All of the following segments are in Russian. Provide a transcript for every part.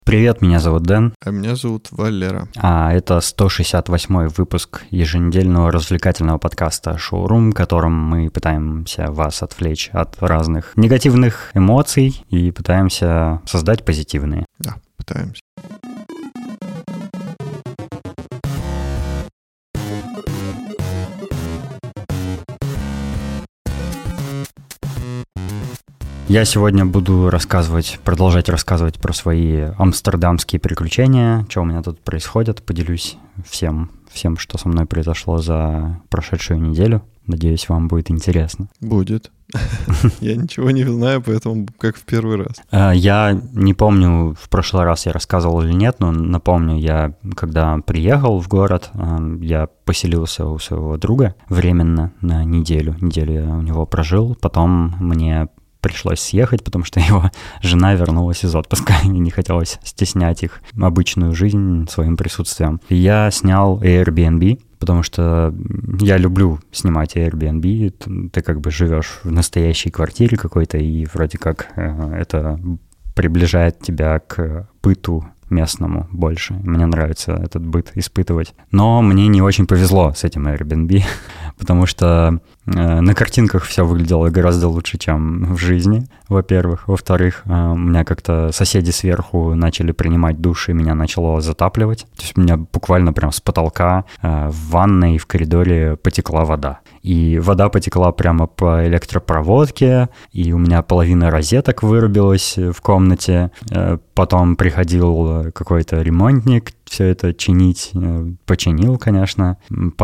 Привет, меня зовут Дэн. А меня зовут Валера. А это 168-й выпуск еженедельного развлекательного подкаста «Шоурум», которым мы пытаемся вас отвлечь от разных негативных эмоций и пытаемся создать позитивные. Да, пытаемся. Я сегодня буду продолжать рассказывать про свои амстердамские приключения, что у меня тут происходит, поделюсь всем, что со мной произошло за прошедшую неделю. Надеюсь, вам будет интересно. Будет. Я ничего не знаю, поэтому как в первый раз. Я не помню, в прошлый раз я рассказывал или нет, но напомню, я когда приехал в город, я поселился у своего друга временно на неделю. Неделю я у него прожил, потом мне пришлось съехать, потому что его жена вернулась из отпуска, и не хотелось стеснять их обычную жизнь своим присутствием. И я снял Airbnb, потому что я люблю снимать Airbnb. Ты как бы живешь в настоящей квартире какой-то, и вроде как это приближает тебя к быту местному больше. Мне нравится этот быт испытывать. Но мне не очень повезло с этим Airbnb, потому что на картинках все выглядело гораздо лучше, чем в жизни, во-первых. Во-вторых, у меня как-то соседи сверху начали принимать душ, и меня начало затапливать. То есть у меня буквально прям с потолка в ванной в коридоре потекла вода. И вода потекла прямо по электропроводке, и у меня половина розеток вырубилась в комнате. Потом приходил какой-то ремонтник все это чинить. Починил, конечно.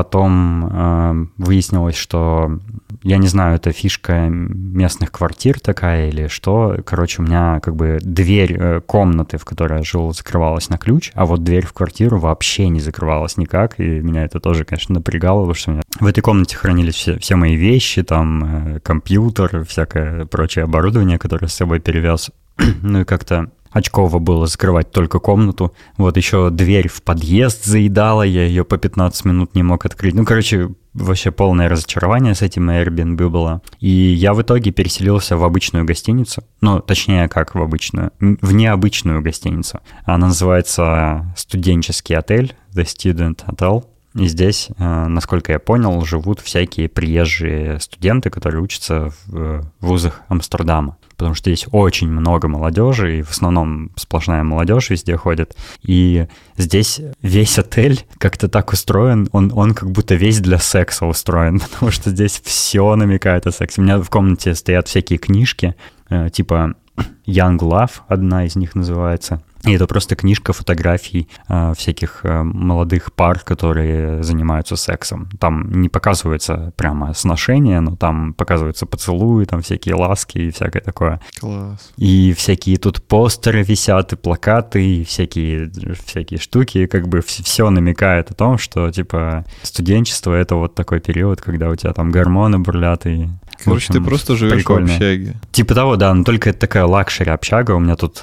Потом выяснилось, что, я не знаю, это фишка местных квартир такая или что. Короче, у меня как бы дверь комнаты, в которой я жил, закрывалась на ключ, а вот дверь в квартиру вообще не закрывалась никак. И меня это тоже, конечно, напрягало, потому что у меня в этой комнате хранились все мои вещи, там компьютер, всякое прочее оборудование, которое с собой перевез. Ну и как-то очково было закрывать только комнату. Вот еще дверь в подъезд заедала, я ее по 15 минут не мог открыть. Ну, короче, вообще полное разочарование с этим Airbnb было. И я в итоге переселился в обычную гостиницу. Ну, точнее, как в обычную, в необычную гостиницу. Она называется студенческий отель, The Student Hotel. И здесь, насколько я понял, живут всякие приезжие студенты, которые учатся в вузах Амстердама. Потому что здесь очень много молодежи, и в основном сплошная молодежь везде ходит. И здесь весь отель как-то так устроен, он как будто весь для секса устроен, потому что здесь все намекает о сексе. У меня в комнате стоят всякие книжки, типа Young Love, одна из них называется. И это просто книжка фотографий всяких молодых пар, которые занимаются сексом. Там не показывается прямо сношение, но там показываются поцелуи, там всякие ласки и всякое такое. Класс. И всякие тут постеры висят, и плакаты, и всякие штуки. Как бы все намекает о том, что типа студенчество — это вот такой период, когда у тебя там гормоны бурлят и... Короче, ты просто живешь прикольно. В общаге. Типа того, да, но только это такая лакшери-общага. У меня тут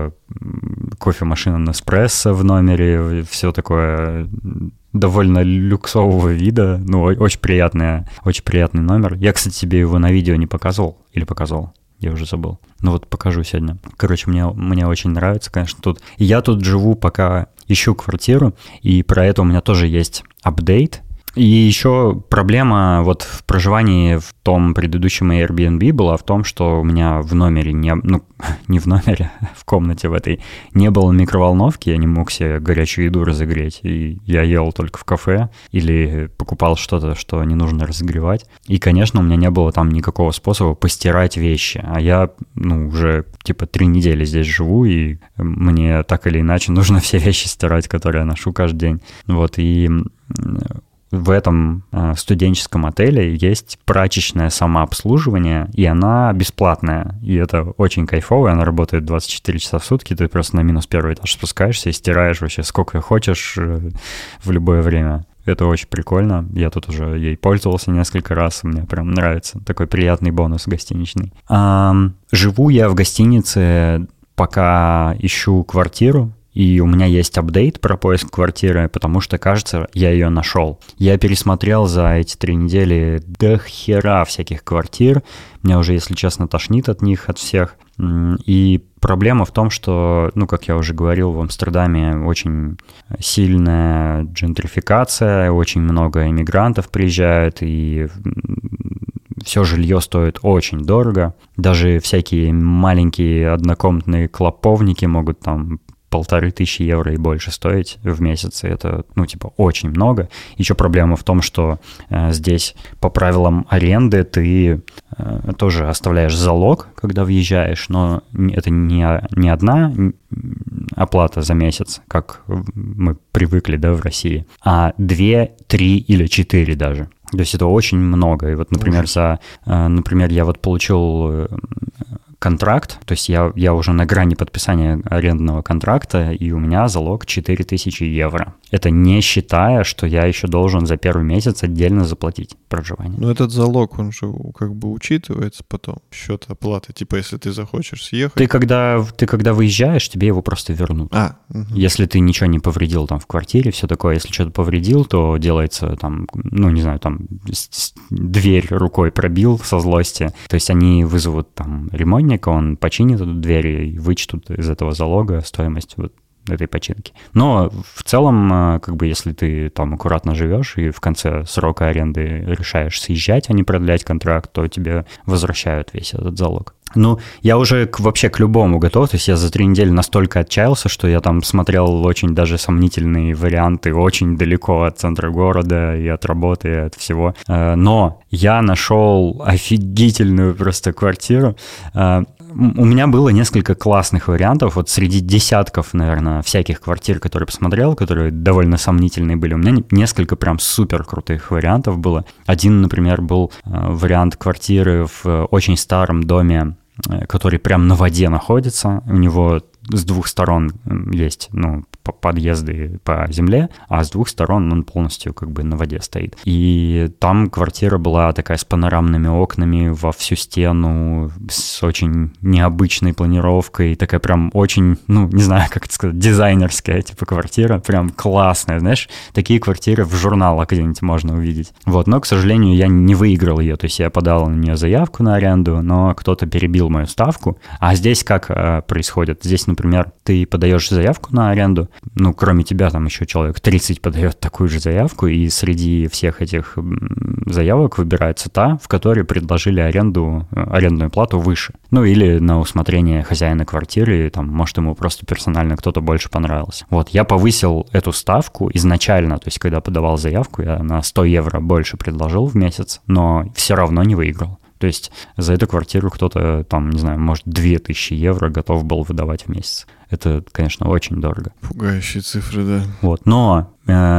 кофемашина Неспрессо в номере, все такое довольно люксового вида. Ну, очень приятный номер. Я, кстати, тебе его на видео не показывал. Или показывал? Я уже забыл. Ну вот покажу сегодня. Короче, мне очень нравится, конечно, тут. И я тут живу, пока ищу квартиру, и про это у меня тоже есть апдейт. И еще проблема вот в проживании в том предыдущем Airbnb была в том, что у меня в номере, не в номере, в комнате в этой, не было микроволновки, я не мог себе горячую еду разогреть, и я ел только в кафе или покупал что-то, что не нужно разогревать. И, конечно, у меня не было там никакого способа постирать вещи, а я, уже типа 3 недели здесь живу, и мне так или иначе нужно все вещи стирать, которые я ношу каждый день. Вот, и... В этом студенческом отеле есть прачечное самообслуживание, и она бесплатная. И это очень кайфово, она работает 24 часа в сутки, ты просто на -1 этаж спускаешься и стираешь вообще сколько хочешь в любое время. Это очень прикольно, я тут уже ей пользовался несколько раз, мне прям нравится, такой приятный бонус гостиничный. Живу я в гостинице, пока ищу квартиру. И у меня есть апдейт про поиск квартиры, потому что, кажется, я ее нашел. Я пересмотрел за эти 3 недели до хера всяких квартир. Меня уже, если честно, тошнит от них, от всех. И проблема в том, что, ну, как я уже говорил, в Амстердаме очень сильная джентрификация, очень много иммигрантов приезжают, и все жилье стоит очень дорого. Даже всякие маленькие однокомнатные клоповники могут там 1500 евро и больше стоить в месяц. И это, ну, типа, очень много. Еще проблема в том, что здесь по правилам аренды ты тоже оставляешь залог, когда въезжаешь, но это не одна оплата за месяц, как мы привыкли, да, в России, а 2, 3 или 4 даже. То есть это очень много. И вот, например, например, я вот получил контракт, то есть я уже на грани подписания арендного контракта, и у меня залог 4000 евро. Это не считая, что я еще должен за первый месяц отдельно заплатить проживание. Но этот залог, он же как бы учитывается потом, счет оплаты, типа если ты захочешь съехать. Ты когда выезжаешь, тебе его просто вернут. Если ты ничего не повредил там в квартире, все такое, если что-то повредил, то делается там, ну не знаю, там дверь рукой пробил со злости, то есть они вызовут там ремонтника, он починит эту дверь и вычтут из этого залога стоимость вот этой починки. Но в целом, как бы, если ты там аккуратно живешь и в конце срока аренды решаешь съезжать, а не продлять контракт, то тебе возвращают весь этот залог. Ну, я уже вообще к любому готов, то есть я за 3 недели настолько отчаялся, что я там смотрел очень даже сомнительные варианты очень далеко от центра города и от работы, и от всего. Но я нашел офигительную просто квартиру. У меня было несколько классных вариантов, вот среди десятков, наверное, всяких квартир, которые посмотрел, которые довольно сомнительные были, у меня несколько прям супер крутых вариантов было. Один, например, был вариант квартиры в очень старом доме, который прям на воде находится, у него с 2 сторон есть, ну, подъезды по земле, а с 2 сторон он полностью как бы на воде стоит. И там квартира была такая с панорамными окнами во всю стену, с очень необычной планировкой, такая прям очень, ну, не знаю, как это сказать, дизайнерская типа квартира, прям классная, знаешь, такие квартиры в журналах где-нибудь можно увидеть. Вот, но, к сожалению, я не выиграл ее, то есть я подал на нее заявку на аренду, но кто-то перебил мою ставку. А здесь как происходит? Здесь, например, ты подаешь заявку на аренду, ну, кроме тебя, там еще человек 30 подает такую же заявку, и среди всех этих заявок выбирается та, в которой предложили арендную плату выше. Ну, или на усмотрение хозяина квартиры, там, может, ему просто персонально кто-то больше понравился. Вот, я повысил эту ставку изначально, то есть, когда подавал заявку, я на 100 евро больше предложил в месяц, но все равно не выиграл. То есть за эту квартиру кто-то, там, не знаю, может, 2000 евро готов был выдавать в месяц. Это, конечно, очень дорого. Пугающие цифры, да. Вот, но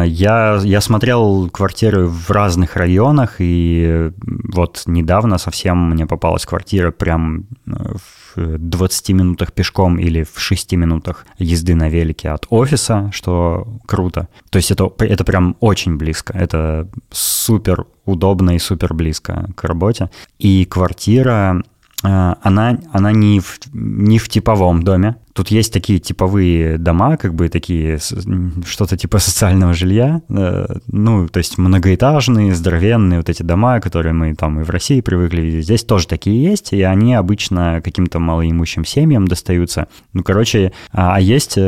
я смотрел квартиры в разных районах, и вот недавно совсем мне попалась квартира прям в 20 минутах пешком или в 6 минутах езды на велике от офиса, что круто. То есть это прям очень близко. Это супер удобно и супер близко к работе. И квартира, она не в типовом доме. Тут есть такие типовые дома, как бы такие, что-то типа социального жилья, ну, то есть многоэтажные, здоровенные вот эти дома, которые мы там и в России привыкли видеть. Здесь тоже такие есть, и они обычно каким-то малоимущим семьям достаются. Ну, короче, а есть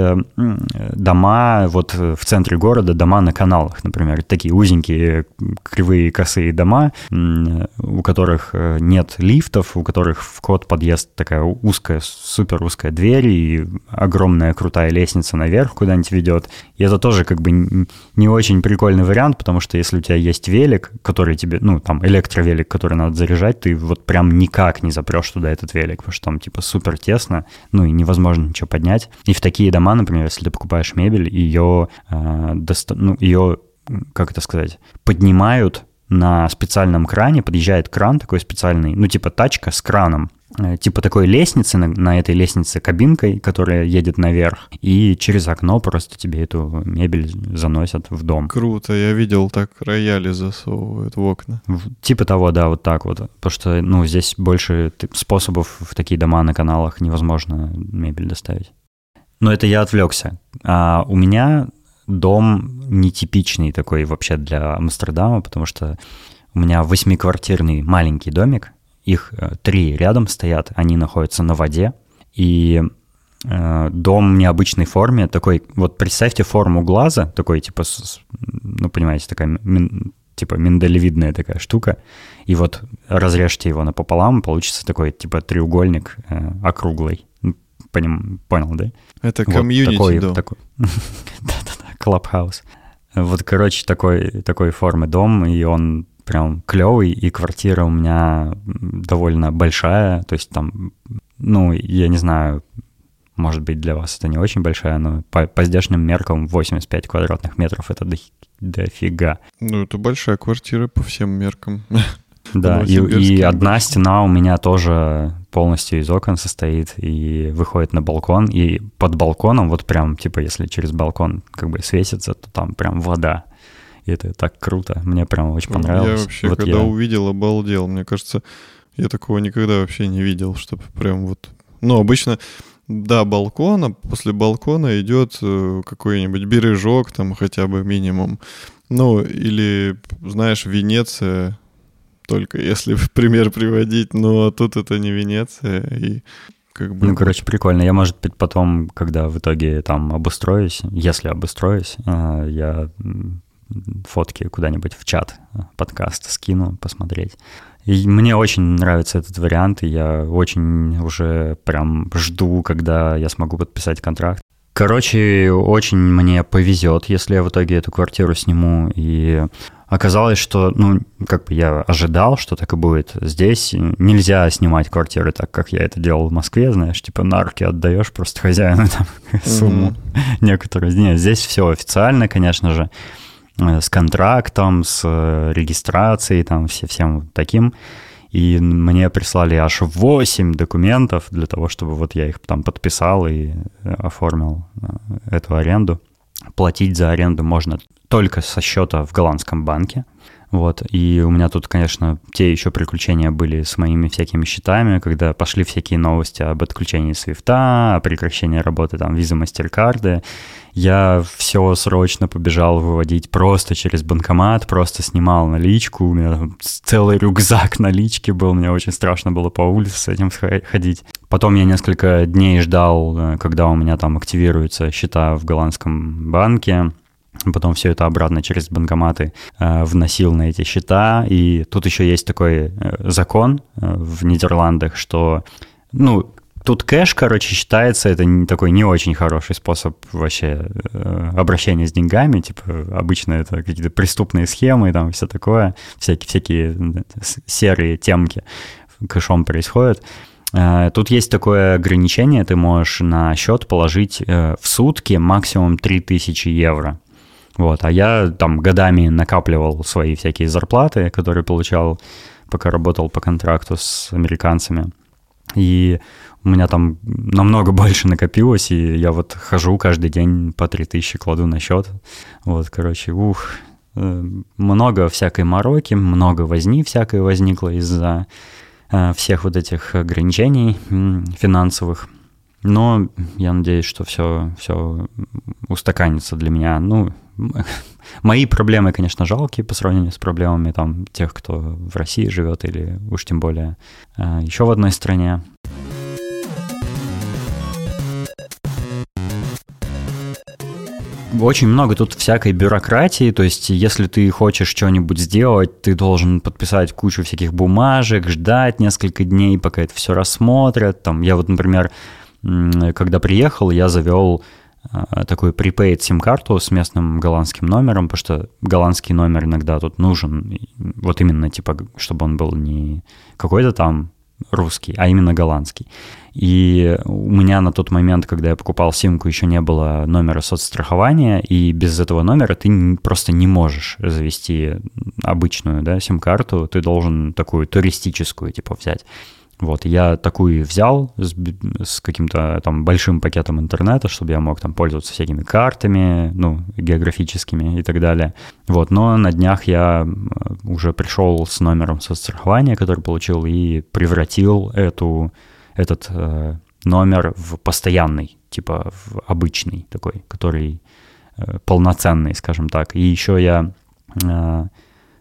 дома вот в центре города, дома на каналах, например, такие узенькие, кривые, косые дома, у которых нет лифтов, у которых вход в подъезд такая узкая, супер узкая дверь, и огромная крутая лестница наверх куда-нибудь ведет. И это тоже как бы не очень прикольный вариант, потому что если у тебя есть велик, который тебе, ну, там, электровелик, который надо заряжать, ты вот прям никак не запрешь туда этот велик, потому что там, типа, супер тесно, ну, и невозможно ничего поднять. И в такие дома, например, если ты покупаешь мебель, ее, как это сказать, поднимают на специальном кране, подъезжает кран такой специальный, ну, типа тачка с краном, типа такой лестницы, на этой лестнице кабинкой, которая едет наверх, и через окно просто тебе эту мебель заносят в дом. Круто, я видел, так рояли засовывают в окна. Типа того, да, вот так вот. Потому что, ну, здесь больше способов в такие дома на каналах невозможно мебель доставить. Но это я отвлекся. А у меня дом нетипичный такой вообще для Амстердама, потому что у меня 8-квартирный маленький домик, их 3 рядом стоят, они находятся на воде, и дом в необычной форме, такой, вот представьте форму глаза, такой типа, ну, понимаете, такая типа миндалевидная такая штука, и вот разрежьте его напополам, получится такой типа треугольник округлый. Понял, да? Это комьюнити дом. Да-да-да, клабхаус. Вот, короче, такой формы дом, и он прям клевый, и квартира у меня довольно большая, то есть там, ну, я не знаю, может быть, для вас это не очень большая, но по здешним меркам 85 квадратных метров — это дофига. Ну, это большая квартира по всем меркам. Да, и одна стена у меня тоже полностью из окон состоит и выходит на балкон, и под балконом, вот прям, типа, если через балкон как бы светится, то там прям вода. И это так круто, мне прям очень понравилось. Я вообще, вот когда увидел, обалдел. Мне кажется, я такого никогда вообще не видел, чтобы прям вот... Ну, обычно... Да, балкон, а после балкона идет какой-нибудь бережок, там хотя бы минимум. Ну, или, знаешь, Венеция, только если в пример приводить, но тут это не Венеция, и как бы... Ну, короче, прикольно. Я, может быть, потом, когда в итоге там обустроюсь, если обустроюсь, я фотки куда-нибудь в чат подкаста скину, посмотреть. И мне очень нравится этот вариант, и я очень уже прям жду, когда я смогу подписать контракт. Короче, очень мне повезет, если я в итоге эту квартиру сниму. И оказалось, что, ну, как бы я ожидал, что так и будет. Здесь нельзя снимать квартиры так, как я это делал в Москве, знаешь, типа на руки отдаешь просто хозяину там сумму некоторую. Нет, здесь все официально, конечно же, с контрактом, с регистрацией, там, всем таким. И мне прислали аж 8 документов для того, чтобы вот я их там подписал и оформил эту аренду. Платить за аренду можно только со счета в голландском банке. Вот. И у меня тут, конечно, те еще приключения были с моими всякими счетами, когда пошли всякие новости об отключении свифта, о прекращении работы там визы, MasterCard. Я все срочно побежал выводить просто через банкомат, просто снимал наличку. У меня целый рюкзак налички был, мне очень страшно было по улице с этим ходить. Потом я несколько дней ждал, когда у меня там активируются счета в голландском банке. Потом все это обратно через банкоматы вносил на эти счета. И тут еще есть такой закон в Нидерландах, что, ну, тут кэш, короче, считается, это такой не очень хороший способ вообще обращения с деньгами. Типа, обычно это какие-то преступные схемы, там все такое, всякие серые темки кэшом происходят. Тут есть такое ограничение, ты можешь на счет положить в сутки максимум 3000 евро. Вот, а я там годами накапливал свои всякие зарплаты, которые получал, пока работал по контракту с американцами. И у меня там намного больше накопилось, и я вот хожу каждый день по 3000 кладу на счет. Вот, короче, много всякой мороки, много возни всякой возникло из-за всех вот этих ограничений финансовых. Но я надеюсь, что все устаканится для меня. Ну, мои проблемы, конечно, жалкие по сравнению с проблемами там тех, кто в России живет или уж тем более еще в одной стране. Очень много тут всякой бюрократии, то есть если ты хочешь что-нибудь сделать, ты должен подписать кучу всяких бумажек, ждать несколько дней, пока это все рассмотрят. Там, я вот, например, когда приехал, я завел такую prepaid сим-карту с местным голландским номером, потому что голландский номер иногда тут нужен, вот именно, типа, чтобы он был не какой-то там русский, а именно голландский. И у меня на тот момент, когда я покупал симку, еще не было номера соцстрахования, и без этого номера ты просто не можешь завести обычную, да, сим-карту, ты должен такую туристическую, типа, взять. Вот, я такую взял с каким-то там большим пакетом интернета, чтобы я мог там пользоваться всякими картами, ну, географическими и так далее. Вот, но на днях я уже пришел с номером соцстрахования, который получил, и превратил этот номер в постоянный, типа в обычный такой, который полноценный, скажем так. И еще я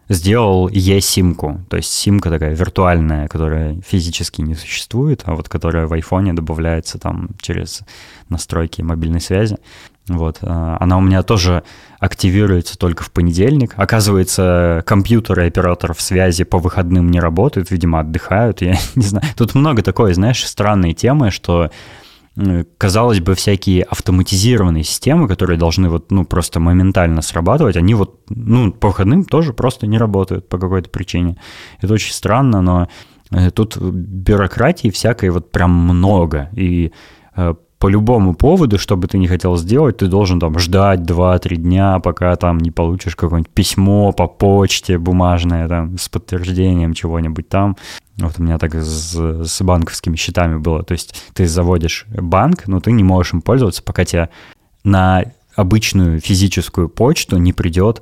сделал eSIM-ку, то есть симка такая виртуальная, которая физически не существует, а вот которая в айфоне добавляется там через настройки мобильной связи. Вот. Она у меня тоже активируется только в понедельник. Оказывается, компьютеры операторов связи по выходным не работают, видимо, отдыхают. Я не знаю. Тут много такой, знаешь, странной темы, что, казалось бы, всякие автоматизированные системы, которые должны вот, ну, просто моментально срабатывать, они вот, ну, по выходным тоже просто не работают по какой-то причине. Это очень странно, но тут бюрократии всякой вот прям много. И по любому поводу, что бы ты ни хотел сделать, ты должен там ждать 2-3 дня, пока там не получишь какое-нибудь письмо по почте бумажное там с подтверждением чего-нибудь там. Вот у меня так с банковскими счетами было. То есть ты заводишь банк, но ты не можешь им пользоваться, пока тебе на обычную физическую почту не придет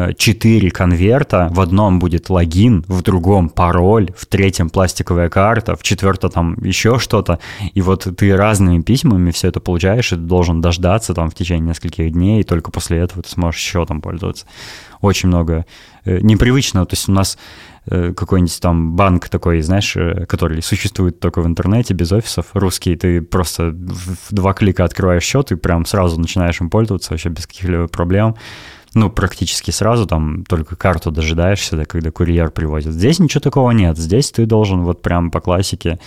4 конверта, в одном будет логин, в другом пароль, в третьем пластиковая карта, в четвертом там еще что-то, и вот ты разными письмами все это получаешь, и ты должен дождаться там в течение нескольких дней, и только после этого ты сможешь счетом пользоваться. Очень много непривычного, то есть у нас какой-нибудь там банк такой, знаешь, который существует только в интернете, без офисов, русский, ты просто в 2 клика открываешь счет и прям сразу начинаешь им пользоваться вообще без каких-либо проблем. Ну, практически сразу, там, только карту дожидаешься, да, когда курьер привозит. Здесь ничего такого нет. Здесь ты должен вот прям по классике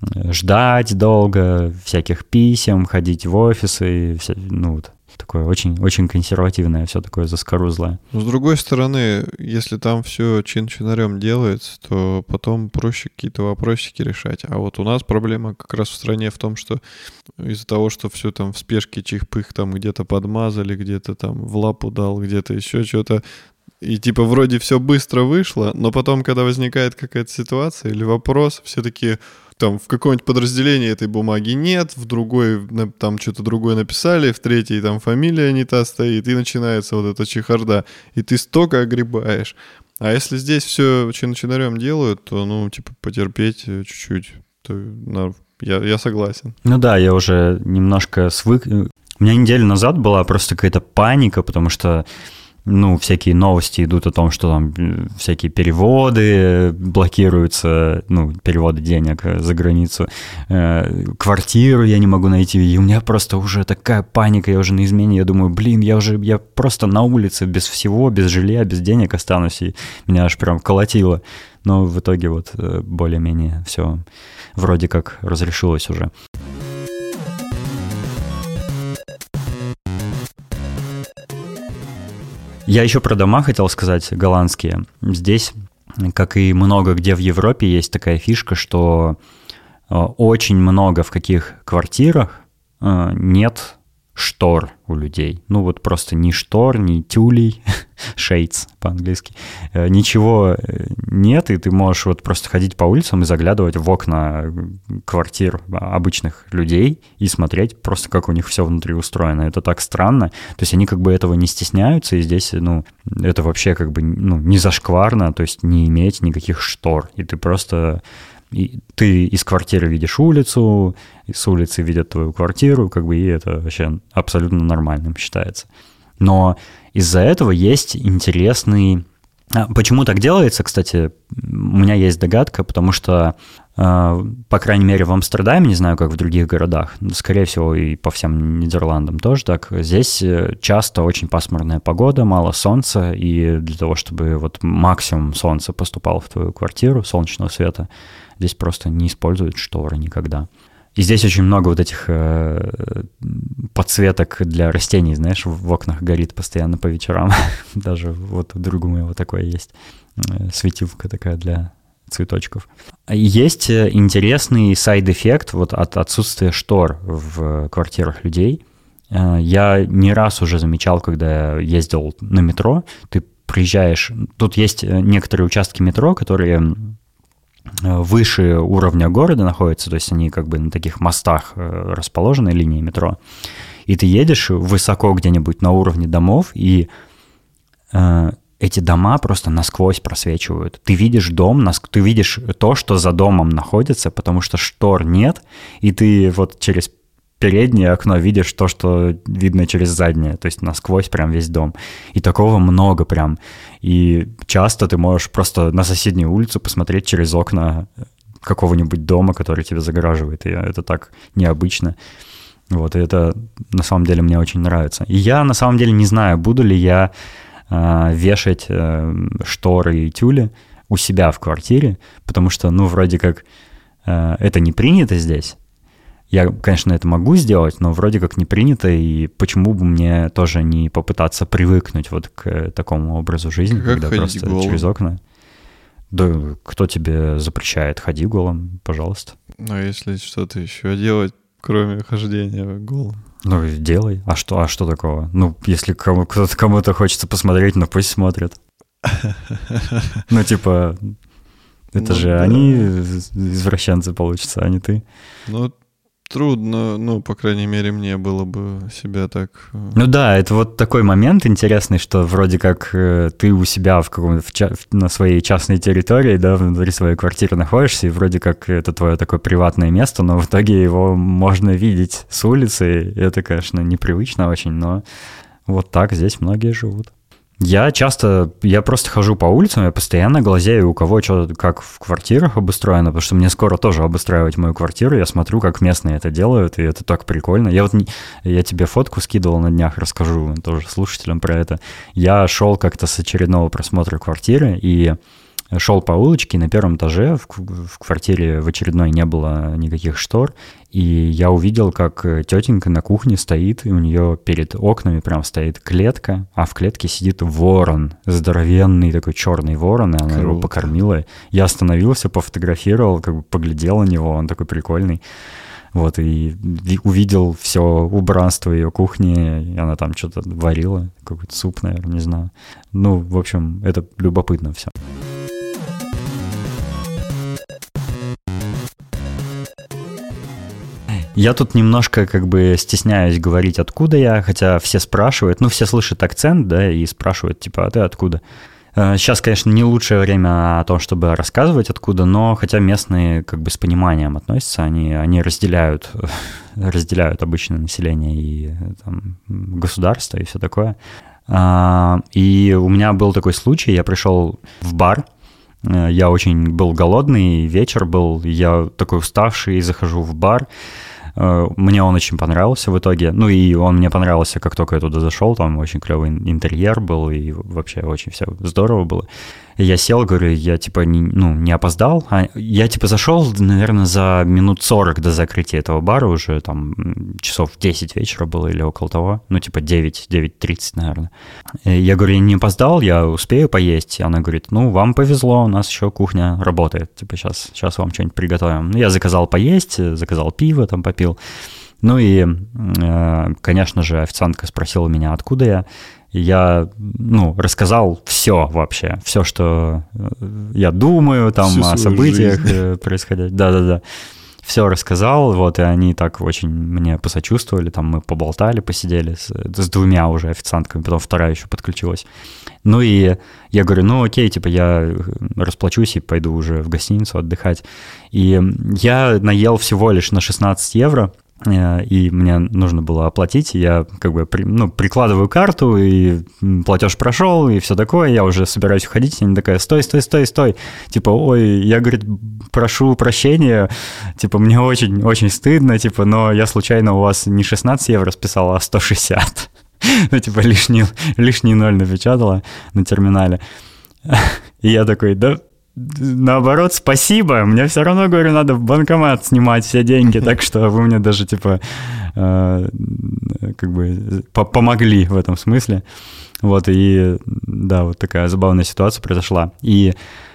ждать долго, всяких писем, ходить в офисы, ну, вот такое очень, очень консервативное, все такое заскорузлое. Но с другой стороны, если там все чин-чинарем делается, то потом проще какие-то вопросики решать. А вот у нас проблема как раз в стране в том, что из-за того, что все там в спешке чих-пых там где-то подмазали, где-то там в лапу дал, где-то еще что-то, и типа вроде все быстро вышло, но потом, когда возникает какая-то ситуация или вопрос, все такие... Там в каком-нибудь подразделении этой бумаги нет, в другой там что-то другое написали, в третьей там фамилия не та стоит, и начинается вот эта чехарда, и ты столько огребаешь. А если здесь все чин-чинарем делают, то, ну, типа, потерпеть чуть-чуть, то, я согласен. Ну да, я уже немножко свык. У меня неделю назад была просто какая-то паника, потому что ну, всякие новости идут о том, что там всякие переводы блокируются, ну, переводы денег за границу, квартиру я не могу найти, и у меня просто уже такая паника, я уже на измене, я думаю, блин, я просто на улице без всего, без жилья, без денег останусь, и меня аж прям колотило, но в итоге вот более-менее все вроде как разрешилось уже. Я еще про дома хотел сказать, голландские. Здесь, как и много где в Европе, есть такая фишка, что очень много в каких квартирах нет штор у людей. Ну вот просто ни штор, ни тюлей, shades по-английски, ничего нет, и ты можешь вот просто ходить по улицам и заглядывать в окна квартир обычных людей и смотреть просто, как у них все внутри устроено. Это так странно. То есть они как бы этого не стесняются, и здесь, ну, это вообще как бы, ну, не зашкварно, то есть не иметь никаких штор. И ты просто... И ты из квартиры видишь улицу, с улицы видят твою квартиру, как бы, и это вообще абсолютно нормальным считается. Но из-за этого есть интересный... Почему так делается, кстати, у меня есть догадка, потому что, по крайней мере, в Амстердаме, не знаю, как в других городах, скорее всего, и по всем Нидерландам тоже так, здесь часто очень пасмурная погода, мало солнца, и для того, чтобы вот максимум солнца поступало в твою квартиру, солнечного света, здесь просто не используют шторы никогда. И здесь очень много вот этих подсветок для растений, знаешь, в окнах горит постоянно по вечерам. Даже вот у друга моего такое есть. Светилка такая для цветочков. Есть интересный сайд-эффект вот от отсутствия штор в квартирах людей. Я не раз уже замечал, когда я ездил на метро, ты приезжаешь... Тут есть некоторые участки метро, которые... выше уровня города находятся, то есть они как бы на таких мостах расположены, линии метро, и ты едешь высоко где-нибудь на уровне домов, и эти дома просто насквозь просвечивают. Ты видишь дом, ты видишь то, что за домом находится, потому что штор нет, и ты вот через переднее окно видишь то, что видно через заднее, то есть насквозь прям весь дом. И такого много прям. И часто ты можешь просто на соседнюю улицу посмотреть через окна какого-нибудь дома, который тебя загораживает. И это так необычно. Вот, и это на самом деле мне очень нравится. И я на самом деле не знаю, буду ли я вешать шторы и тюли у себя в квартире, потому что, ну, вроде как это не принято здесь. Я, конечно, это могу сделать, но вроде как не принято, и почему бы мне тоже не попытаться привыкнуть вот к такому образу жизни, как когда просто голым? через окна. Да кто тебе запрещает? Ходи голым, пожалуйста. Ну, а если что-то еще делать, кроме хождения голым? Ну, делай. А что такого? Ну, если кому-то хочется посмотреть, ну, пусть смотрят. Ну, типа, это же они извращенцы получатся, а не ты. Ну, трудно, ну, по крайней мере, мне было бы себя так... Ну да, это вот такой момент интересный, что вроде как ты у себя на своей частной территории, да, внутри своей квартиры находишься, и вроде как это твое такое приватное место, но в итоге его можно видеть с улицы, и это, конечно, непривычно очень, но вот так здесь многие живут. Я просто хожу по улицам, я постоянно глазею, у кого что, как в квартирах обустроено, потому что мне скоро тоже обустраивать мою квартиру, я смотрю, как местные это делают, и это так прикольно. Я тебе фотку скидывал на днях, расскажу тоже слушателям про это. Я шел как-то с очередного просмотра квартиры, и шел по улочке, и на первом этаже в квартире в очередной не было никаких штор, и я увидел, как тетенька на кухне стоит, и у нее перед окнами прям стоит клетка, а в клетке сидит ворон, здоровенный такой черный ворон, и она его покормила. Я остановился, пофотографировал, как бы поглядел на него, он такой прикольный. Вот, и увидел все убранство ее кухни, и она там что-то варила, какой-то суп, наверное, не знаю. Ну, в общем, это любопытно все. Я тут немножко как бы стесняюсь говорить, откуда я, хотя все спрашивают, все слышат акцент, да, и спрашивают, типа, а ты откуда? Сейчас, конечно, не лучшее время о том, чтобы рассказывать откуда, но хотя местные как бы с пониманием относятся, они разделяют обычное население и там, государство и все такое. И у меня был такой случай, я пришел в бар, я очень был голодный, вечер был, я такой уставший, захожу в бар. Мне он очень понравился в итоге. Ну и он мне понравился, как только я туда зашел. Там очень клевый интерьер был, и вообще очень все здорово было. И я сел, говорю, я типа не опоздал. Я типа зашел, наверное, за минут 40 до закрытия этого бара. Уже там часов 10 вечера было или около того. Ну типа 9:30, наверное. И я говорю, я не опоздал, я успею поесть. И она говорит, вам повезло, у нас еще кухня работает. Типа сейчас вам что-нибудь приготовим. Я заказал поесть, заказал пиво, там попил. Ну и, конечно же, официантка спросила меня, откуда я. Я, рассказал все вообще, все, что я думаю там о событиях происходящих. Да. Все рассказал, вот, и они так очень мне посочувствовали, там мы поболтали, посидели с двумя уже официантками, потом вторая еще подключилась. Ну и я говорю, окей, типа я расплачусь и пойду уже в гостиницу отдыхать. И я наел всего лишь на 16 евро, и мне нужно было оплатить, я как бы прикладываю карту, и платеж прошел, и все такое, я уже собираюсь уходить, и она такая, стой, типа, ой, я, говорит, прошу прощения, типа, мне очень стыдно, типа, но я случайно у вас не 16 евро списал, а 160, типа, лишний ноль напечатала на терминале, и я такой, да, наоборот, спасибо, мне все равно, говорю, надо в банкомат снимать все деньги, так что вы мне даже, типа, как бы помогли в этом смысле. Вот, и да, вот такая забавная ситуация произошла. И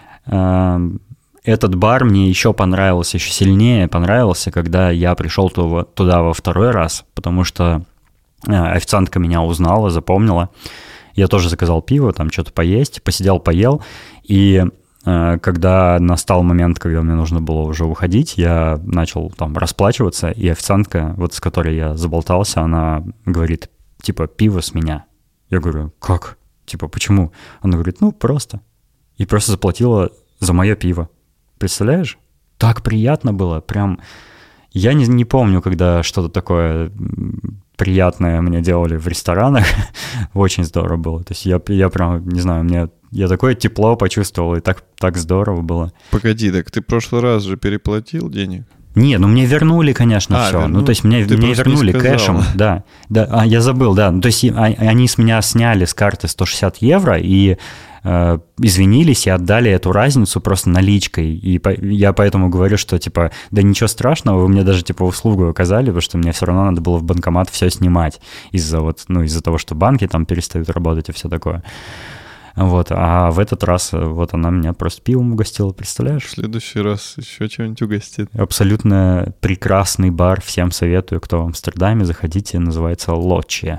этот бар мне еще сильнее понравился, когда я пришел туда во второй раз, потому что официантка меня узнала, запомнила. Я тоже заказал пиво, там что-то поесть, поел, и когда настал момент, когда мне нужно было уже уходить, я начал там расплачиваться, и официантка, вот с которой я заболтался, она говорит, типа, пиво с меня. Я говорю, как? Типа, почему? Она говорит, просто. И просто заплатила за мое пиво. Представляешь? Так приятно было, прям... Я не помню, когда что-то такое приятное мне делали в ресторанах. Очень здорово было. То есть я прям, не знаю, я такое тепло почувствовал, и так здорово было. Погоди, так ты в прошлый раз же переплатил денег? Нет, ну мне вернули, конечно, все. Ну, то есть мне вернули кэшем. Да, я забыл, да. То есть они с меня сняли с карты 160 евро и извинились и отдали эту разницу просто наличкой. И я поэтому говорю, что, типа, да ничего страшного, вы мне даже, типа, услугу оказали, потому что мне все равно надо было в банкомат все снимать из-за того, что банки там перестают работать и все такое. Вот, а в этот раз вот она меня просто пивом угостила, представляешь? В следующий раз еще что-нибудь угостит. Абсолютно прекрасный бар, всем советую, кто в Амстердаме, заходите, называется Лочия.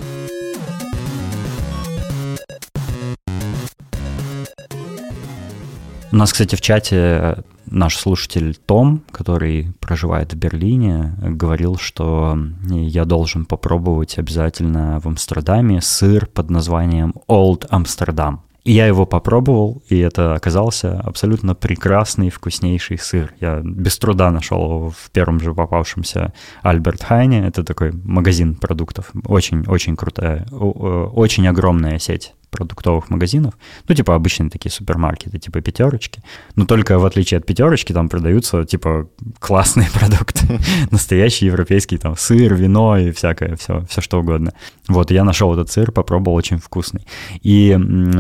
У нас, кстати, в чате наш слушатель Том, который проживает в Берлине, говорил, что я должен попробовать обязательно в Амстердаме сыр под названием Old Amsterdam. И я его попробовал, и это оказался абсолютно прекрасный, вкуснейший сыр. Я без труда нашел его в первом же попавшемся Альберт Хайне. Это такой магазин продуктов. Очень крутая, очень огромная сеть продуктовых магазинов. Ну, типа обычные такие супермаркеты, типа «Пятерочки». Но только в отличие от «Пятерочки» там продаются, типа, классные продукты. Настоящий европейский там сыр, вино и всякое, все что угодно. Вот, я нашел этот сыр, попробовал, очень вкусный. И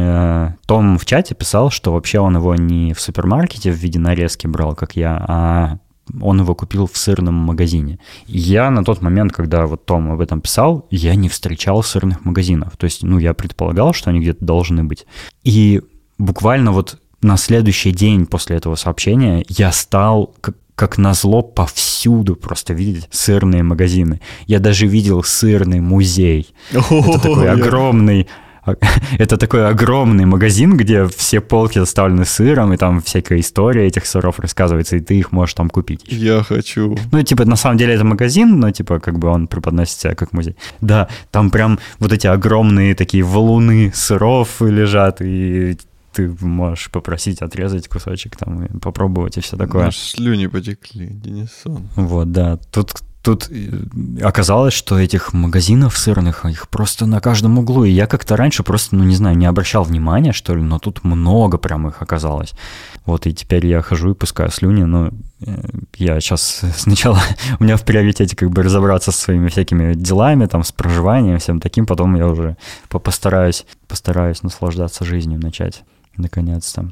Том в чате писал, что вообще он его не в супермаркете в виде нарезки брал, как я, а он его купил в сырном магазине. Я на тот момент, когда вот Том об этом писал, я не встречал сырных магазинов. То есть, я предполагал, что они где-то должны быть. И буквально вот на следующий день после этого сообщения я стал как назло повсюду просто видеть сырные магазины. Я даже видел сырный музей. Это такой огромный... Это такой огромный магазин, где все полки заставлены сыром, и там всякая история этих сыров рассказывается, и ты их можешь там купить. Я хочу. Ну, типа, на самом деле это магазин, но, типа, как бы он преподносит себя как музей. Да, там прям вот эти огромные такие валуны сыров лежат, и ты можешь попросить отрезать кусочек там и попробовать, и все такое. Аж слюни потекли, Денисон. Вот, да. Тут оказалось, что этих магазинов сырных, их просто на каждом углу. И я как-то раньше просто, не обращал внимания, что ли, но тут много прям их оказалось. Вот, и теперь я хожу и пускаю слюни, но я сейчас сначала... У меня в приоритете как бы разобраться со своими всякими делами, там, с проживанием, всем таким, потом я уже постараюсь наслаждаться жизнью, начать, наконец-то.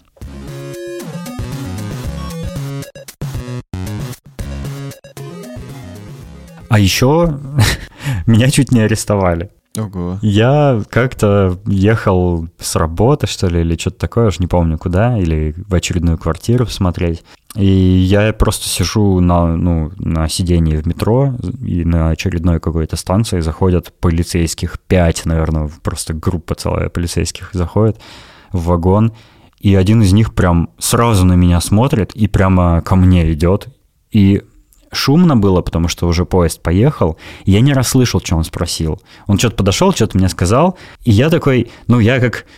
А еще меня чуть не арестовали. Ого. Я как-то ехал с работы, что ли, или что-то такое, уж не помню куда, или в очередную квартиру смотреть. И я просто сижу на сидении в метро, и на очередной какой-то станции заходят полицейских 5, наверное, просто группа целая полицейских заходит в вагон, и один из них прям сразу на меня смотрит и прямо ко мне идет, и... Шумно было, потому что уже поезд поехал, и я не расслышал, что он спросил. Он что-то подошел, что-то мне сказал, и я такой, я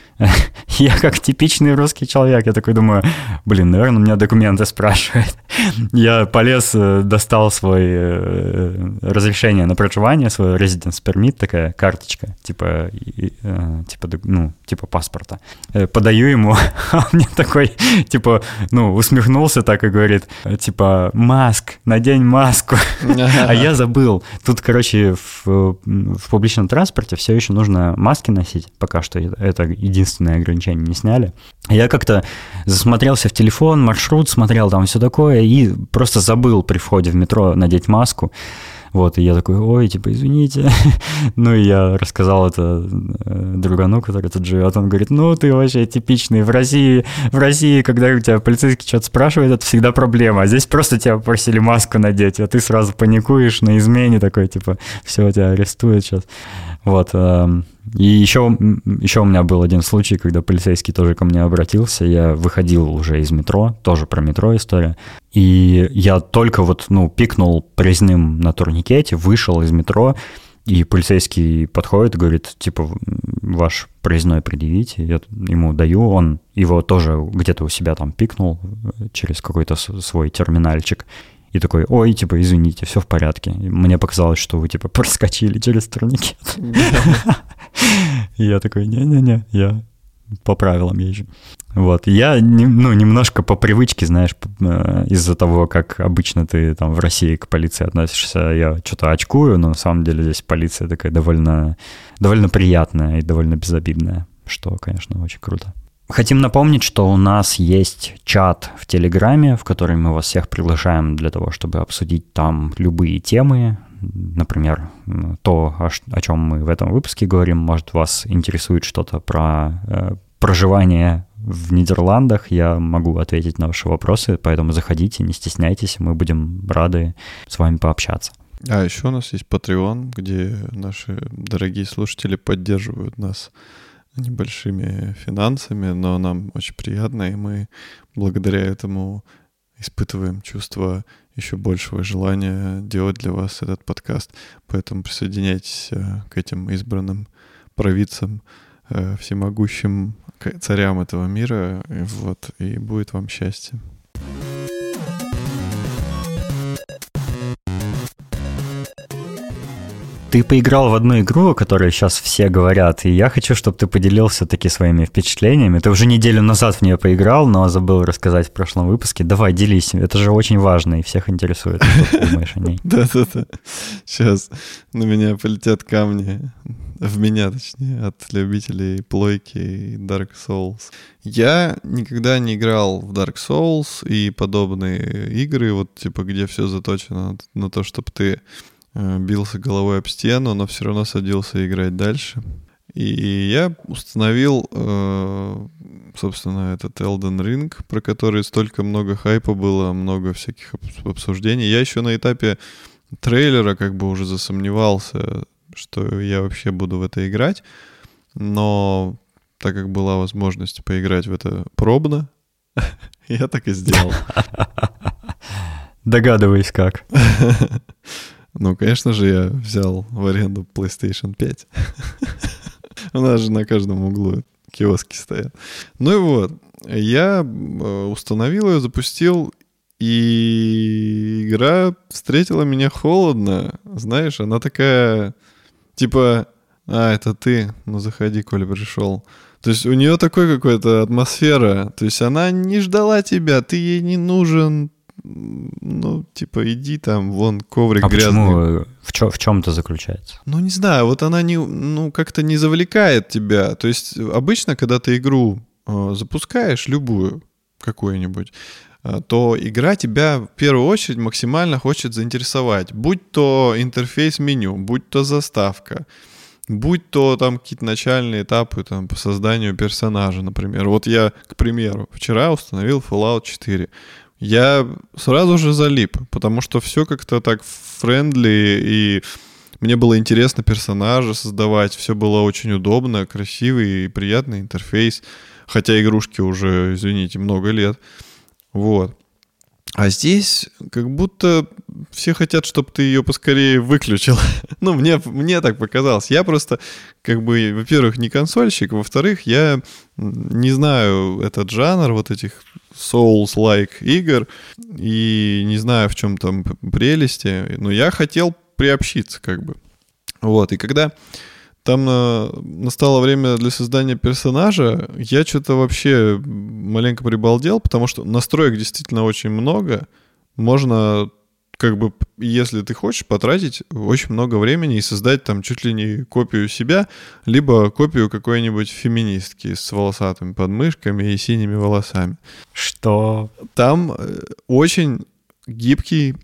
как типичный русский человек, я такой думаю, наверное, у меня документы спрашивает. Я полез, достал свой разрешение на проживание, свой residence permit, такая карточка, типа паспорта. Подаю ему, а он мне такой, усмехнулся так и говорит, маск, надень маску. А я забыл. Тут, короче, в публичном транспорте все еще нужно маски носить, пока что это единственное ограничение не сняли. Я как-то засмотрелся в телефон, маршрут смотрел, там все такое, и просто забыл при входе в метро надеть маску. Вот, и я такой, извините. Ну, и я рассказал это другану, который тут живет. Он говорит, ты вообще типичный. В России, когда у тебя полицейский что-то спрашивает, это всегда проблема. А здесь просто тебя просили маску надеть, а ты сразу паникуешь на измене такой, все, тебя арестуют сейчас. Вот. И еще у меня был один случай, когда полицейский тоже ко мне обратился. Я выходил уже из метро, тоже про метро история. И я только пикнул проездным на турникете, вышел из метро, и полицейский подходит и говорит, ваш проездной предъявите. Я ему даю, он его тоже где-то у себя там пикнул через какой-то свой терминальчик. И такой, ой, типа, извините, все в порядке. И мне показалось, что вы, типа, проскочили через турникет. И я такой, не-не-не, я по правилам езжу. Вот, я, немножко по привычке, знаешь, из-за того, как обычно ты там в России к полиции относишься, я что-то очкую, но на самом деле здесь полиция такая довольно приятная и довольно безобидная, что, конечно, очень круто. Хотим напомнить, что у нас есть чат в Телеграме, в который мы вас всех приглашаем для того, чтобы обсудить там любые темы. Например, то, о чем мы в этом выпуске говорим. Может, вас интересует что-то про проживание в Нидерландах. Я могу ответить на ваши вопросы, поэтому заходите, не стесняйтесь, мы будем рады с вами пообщаться. А еще у нас есть Patreon, где наши дорогие слушатели поддерживают нас небольшими финансами, но нам очень приятно, и мы благодаря этому испытываем чувство еще большего желания делать для вас этот подкаст. Поэтому присоединяйтесь к этим избранным провидцам, всемогущим царям этого мира, вот, и будет вам счастье. Ты поиграл в одну игру, о которой сейчас все говорят, и я хочу, чтобы ты поделился таки своими впечатлениями. Ты уже неделю назад в нее поиграл, но забыл рассказать в прошлом выпуске. Давай, делись, это же очень важно и всех интересует, что ты думаешь о ней. Да-да-да, сейчас на меня полетят камни, в меня, точнее, от любителей плойки и Dark Souls. Я никогда не играл в Dark Souls и подобные игры, вот типа где все заточено на то, чтобы ты бился головой об стену, но все равно садился играть дальше. И я установил, собственно, этот Elden Ring, про который столько много хайпа было, много всяких обсуждений. Я еще на этапе трейлера как бы уже засомневался, что я вообще буду в это играть. Но так как была возможность поиграть в это пробно, я так и сделал. Догадываюсь, как. Ну, конечно же, я взял в аренду PlayStation 5. У нас же на каждом углу киоски стоят. Ну и вот, я установил ее, запустил, и игра встретила меня холодно. Знаешь, она такая, типа, это ты, ну заходи, коли пришел. То есть у нее такой какая-то атмосфера. То есть она не ждала тебя, ты ей не нужен. Ну, типа, иди там, вон коврик грязный. Почему? В чем это заключается? Ну, не знаю, вот она как-то не завлекает тебя. То есть обычно, когда ты игру запускаешь, любую, какую-нибудь, то игра тебя в первую очередь максимально хочет заинтересовать. Будь то интерфейс меню, будь то заставка, будь то там какие-то начальные этапы там, по созданию персонажа, например. Вот я, к примеру, вчера установил Fallout 4. Я сразу же залип, потому что все как-то так френдли, и мне было интересно персонажа создавать, все было очень удобно, красивый и приятный интерфейс, хотя игрушки уже, извините, много лет. Вот. А здесь как будто все хотят, чтобы ты ее поскорее выключил. Ну, мне так показалось. Я просто, как бы, во-первых, не консольщик, во-вторых, я не знаю этот жанр вот этих Souls-like игр и не знаю, в чем там прелести, но я хотел приобщиться, как бы. Вот, и когда там настало время для создания персонажа, я что-то вообще маленько прибалдел, потому что настроек действительно очень много. Можно, как бы, если ты хочешь, потратить очень много времени и создать там чуть ли не копию себя, либо копию какой-нибудь феминистки с волосатыми подмышками и синими волосами. Что? Там очень гибкий,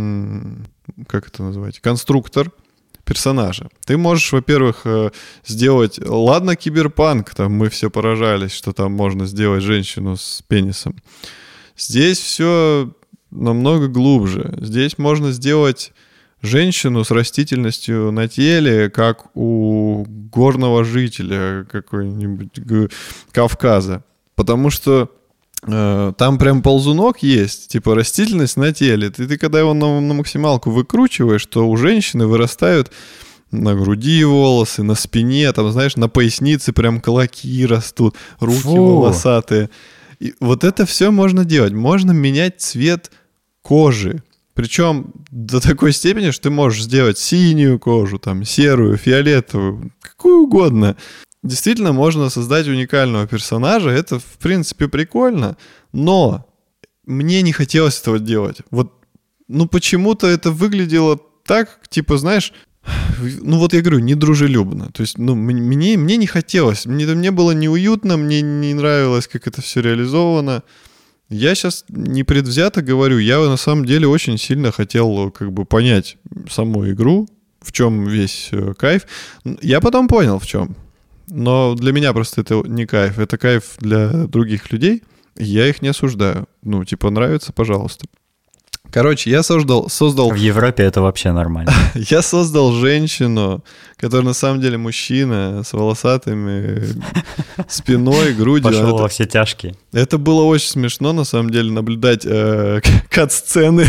как это называть, конструктор персонажа. Ты можешь, во-первых, сделать... Ладно, киберпанк, там мы все поражались, что там можно сделать женщину с пенисом. Здесь все намного глубже. Здесь можно сделать женщину с растительностью на теле, как у горного жителя какой-нибудь Кавказа. Потому что там прям ползунок есть, типа растительность на теле. Ты когда его на максималку выкручиваешь, то у женщины вырастают на груди волосы, на спине, там, знаешь, на пояснице прям клоки растут, руки волосатые. И вот это все можно делать. Можно менять цвет кожи. Причем до такой степени, что ты можешь сделать синюю кожу, там, серую, фиолетовую, какую угодно. Действительно, можно создать уникального персонажа, это, в принципе, прикольно, но мне не хотелось этого делать. Вот, ну, почему-то это выглядело так, типа, знаешь, ну, вот я говорю, недружелюбно. То есть, ну, мне не хотелось, мне было неуютно, мне не нравилось, как это все реализовано. Я сейчас непредвзято говорю, я на самом деле очень сильно хотел как бы понять саму игру, в чем весь кайф. Я потом понял, в чем. Но для меня просто это не кайф, это кайф для других людей. Я их не осуждаю. Ну, типа, нравится, пожалуйста. Короче, я создал... В Европе это вообще нормально. Я создал женщину, которая на самом деле мужчина, с волосатыми спиной, грудью. Пошел во все тяжкие. Это было очень смешно, на самом деле, наблюдать кат-сцены.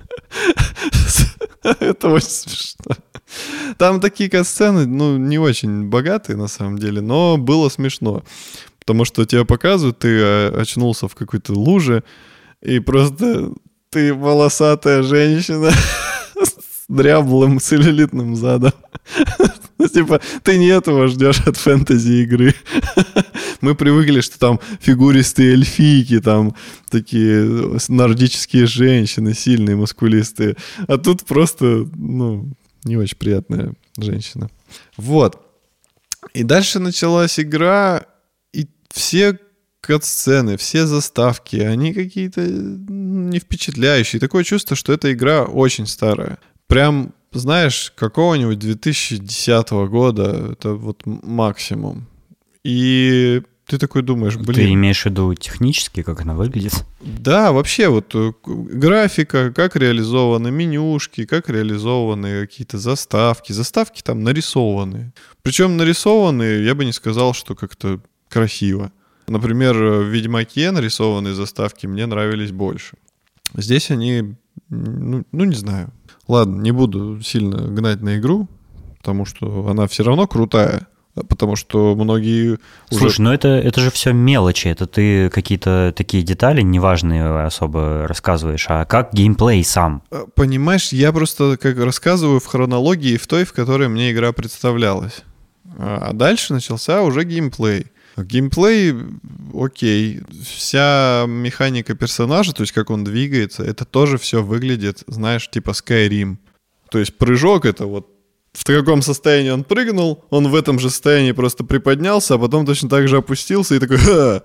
Это очень смешно. Там такие кат-сцены, ну, не очень богатые, на самом деле, но было смешно. Потому что тебя показывают, ты очнулся в какой-то луже, и просто... Ты волосатая женщина с дряблым целлюлитным задом. Типа, ты не этого ждешь от фэнтези-игры. Мы привыкли, что там фигуристые эльфийки, там такие нордические женщины, сильные, мускулистые. А тут просто, ну, не очень приятная женщина. Вот. И дальше началась игра, и все... кат-сцены, все заставки, они какие-то не впечатляющие. Такое чувство, что эта игра очень старая. Прям, знаешь, какого-нибудь 2010 года, это вот максимум. И ты такой думаешь, блин... Ты имеешь в виду технически, как она выглядит? Да, вообще вот графика, как реализованы менюшки, как реализованы какие-то заставки. Заставки там нарисованы. Причем нарисованы, я бы не сказал, что как-то красиво. Например, в «Ведьмаке» нарисованные заставки мне нравились больше. Здесь они, ну, не знаю. Ладно, не буду сильно гнать на игру, потому что она все равно крутая, потому что многие уже... Слушай, ну это же все мелочи, это ты какие-то такие детали неважные особо рассказываешь, а как геймплей сам? Понимаешь, я просто как рассказываю в хронологии в той, в которой мне игра представлялась. А дальше начался уже геймплей. Геймплей, окей, вся механика персонажа, то есть как он двигается, это тоже все выглядит, знаешь, типа Skyrim. То есть прыжок — это вот в каком состоянии он прыгнул, он в этом же состоянии просто приподнялся, а потом точно так же опустился и такой...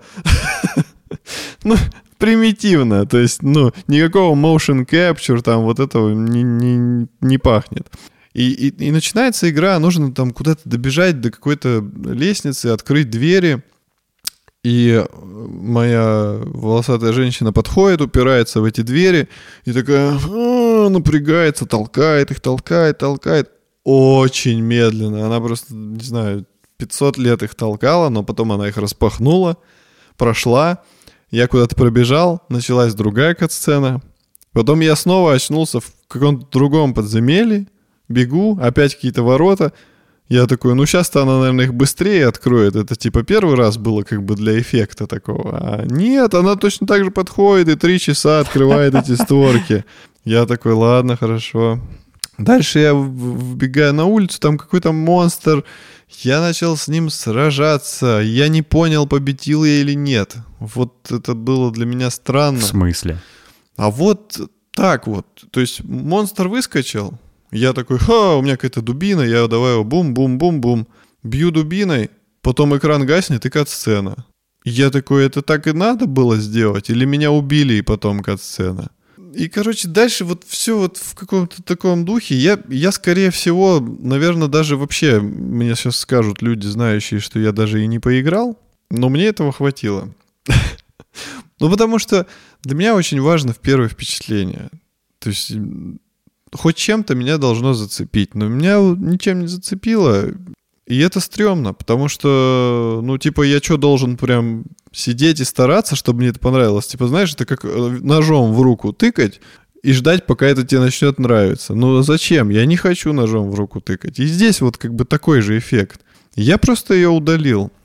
Ну, примитивно, то есть, ну, никакого motion capture там вот этого не пахнет. И начинается игра, нужно там куда-то добежать до какой-то лестницы, открыть двери. И моя волосатая женщина подходит, упирается в эти двери и такая напрягается, толкает их, толкает. Очень медленно. Она просто, не знаю, 500 лет их толкала, но потом она их распахнула, прошла. Я куда-то пробежал, началась другая кат-сцена. Потом я снова очнулся в каком-то другом подземелье. Бегу, опять какие-то ворота. Я такой, ну сейчас-то она, наверное, их быстрее откроет. Это типа первый раз было как бы для эффекта такого. А нет, она точно так же подходит и 3 часа открывает эти створки. Я такой, ладно, хорошо. Дальше я вбегаю на улицу, там какой-то монстр. Я начал с ним сражаться. Я не понял, победил я или нет. Вот это было для меня странно. В смысле? А вот так вот. То есть монстр выскочил. Я такой, у меня какая-то дубина, я давай его бум-бум-бум-бум. Бью дубиной, потом экран гаснет и кат-сцена. Я такой, это так и надо было сделать? Или меня убили и потом кат-сцена? И, короче, дальше вот все вот в каком-то таком духе. Я скорее всего, наверное, даже вообще, мне сейчас скажут люди, знающие, что я даже и не поиграл, но мне этого хватило. Ну, потому что для меня очень важно первое впечатление. То есть... Хоть чем-то меня должно зацепить, но меня ничем не зацепило, и это стрёмно, потому что, ну, типа, я что, должен прям сидеть и стараться, чтобы мне это понравилось? Типа, знаешь, это как ножом в руку тыкать и ждать, пока это тебе начнет нравиться. Ну, зачем? Я не хочу ножом в руку тыкать. И здесь вот как бы такой же эффект. Я просто ее удалил.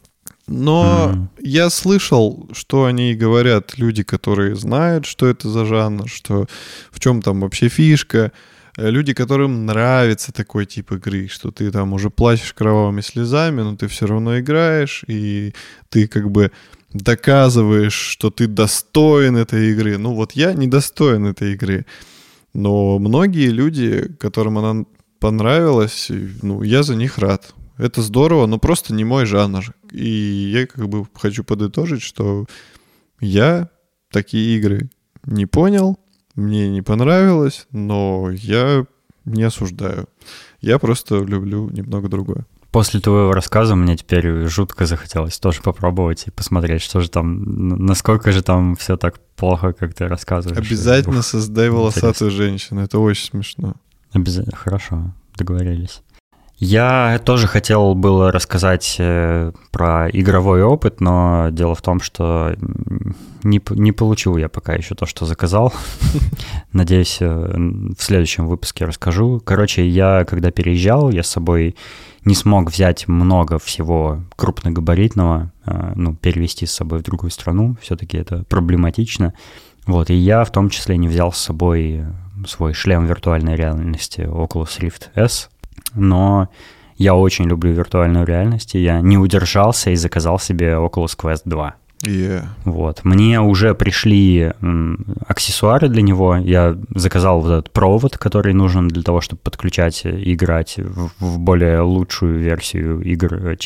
Но я слышал, что они говорят, люди, которые знают, что это за жанр, что в чем там вообще фишка. Люди, которым нравится такой тип игры, что ты там уже плачешь кровавыми слезами, но ты все равно играешь, и ты как бы доказываешь, что ты достоин этой игры. Ну вот я не достоин этой игры. Но многие люди, которым она понравилась, ну я за них рад. Это здорово, но просто не мой жанр. И я как бы хочу подытожить, что я такие игры не понял, мне не понравилось, но я не осуждаю. Я просто люблю немного другое. После твоего рассказа мне теперь жутко захотелось тоже попробовать и посмотреть, что же там, насколько же там все так плохо, как ты рассказываешь. Обязательно создай волосатую женщину, это очень смешно. Обязательно, хорошо, договорились. Я тоже хотел было рассказать про игровой опыт, но дело в том, что не получил я пока еще то, что заказал. Надеюсь, в следующем выпуске расскажу. Короче, я когда переезжал, я с собой не смог взять много всего крупногабаритного, перевезти с собой в другую страну. Все-таки это проблематично. Вот, и я в том числе не взял с собой свой шлем виртуальной реальности Oculus Rift S, но я очень люблю виртуальную реальность, и я не удержался и заказал себе Oculus Quest 2. Вот. Мне уже пришли аксессуары для него. Я заказал вот этот провод, который нужен для того, чтобы подключать и играть в более лучшую версию игр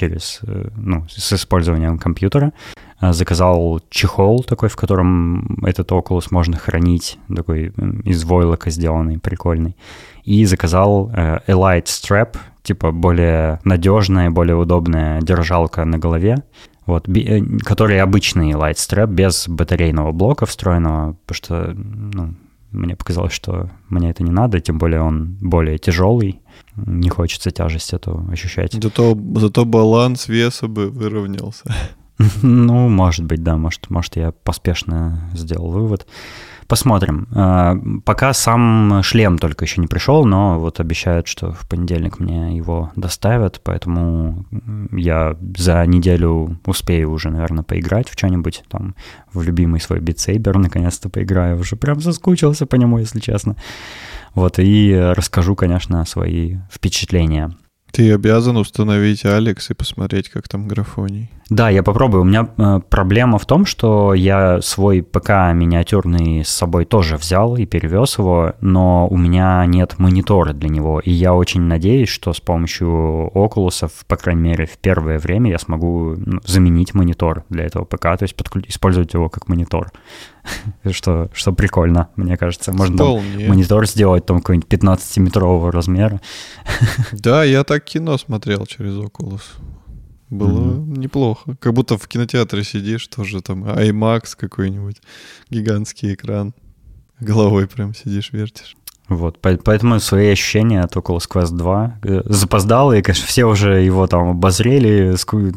с использованием компьютера. Заказал чехол такой, в котором этот Oculus можно хранить, такой из войлока сделанный, прикольный. И заказал Elite Strap, типа более надежная, более удобная держалка на голове. Вот, который обычный Light Strap, без батарейного блока встроенного, потому что мне показалось, что мне это не надо, тем более он более тяжелый, не хочется тяжесть эту ощущать. Зато баланс веса бы выровнялся. Ну, может быть, да, может я поспешно сделал вывод. Посмотрим. Пока сам шлем только еще не пришел, но вот обещают, что в понедельник мне его доставят, поэтому я за неделю успею уже, наверное, поиграть в что-нибудь, там, в любимый свой Beat Saber наконец-то поиграю, уже прям соскучился по нему, если честно. Вот, и расскажу, конечно, свои впечатления. Ты обязан установить Алекс и посмотреть, как там графоний. Да, я попробую. У меня проблема в том, что я свой ПК миниатюрный с собой тоже взял и перевез его, но у меня нет монитора для него. И я очень надеюсь, что с помощью Oculus, по крайней мере, в первое время я смогу заменить монитор для этого ПК, то есть использовать его как монитор. Что прикольно, мне кажется. Можно там монитор сделать там какой-нибудь 15-метрового размера. Да, я так кино смотрел через Oculus. Было неплохо. Как будто в кинотеатре сидишь, тоже там IMAX какой-нибудь, гигантский экран. Головой прям сидишь, вертишь. Вот, поэтому свои ощущения от Oculus Quest 2 запоздалые, конечно, все уже его там обозрели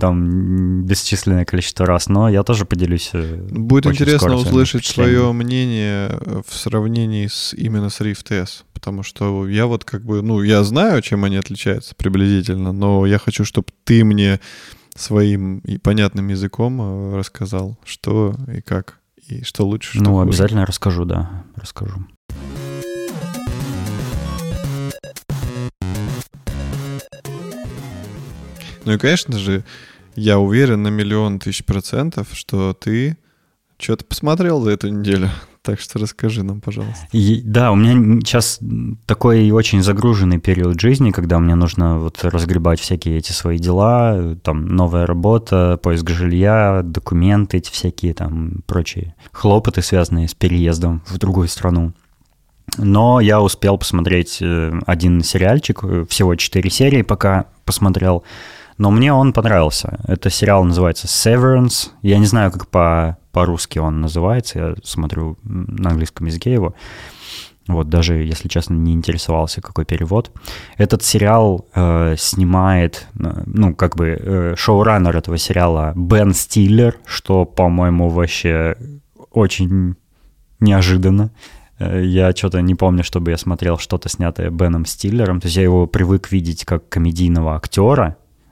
там бесчисленное количество раз, но я тоже поделюсь. Будет интересно услышать свое мнение в сравнении именно с Rift S, потому что я вот как бы, я знаю, чем они отличаются приблизительно, но я хочу, чтобы ты мне своим и понятным языком рассказал, что и как, и что лучше, что хуже. Обязательно расскажу. Ну и, конечно же, я уверен на 1 000 000%, что ты что-то посмотрел за эту неделю. Так что расскажи нам, пожалуйста. Да, у меня сейчас такой очень загруженный период жизни, когда мне нужно вот разгребать всякие эти свои дела, там новая работа, поиск жилья, документы эти всякие там прочие хлопоты, связанные с переездом в другую страну. Но я успел посмотреть один сериальчик, всего 4 серии пока посмотрел, но мне он понравился. Это сериал называется Severance. Я не знаю, как по-русски он называется, я смотрю на английском языке его. Вот, даже, если честно, не интересовался, какой перевод. Этот сериал снимает, шоураннер этого сериала Бен Стиллер, что, по-моему, вообще очень неожиданно. Я что-то не помню, чтобы я смотрел что-то, снятое Беном Стиллером. То есть я его привык видеть как комедийного актера,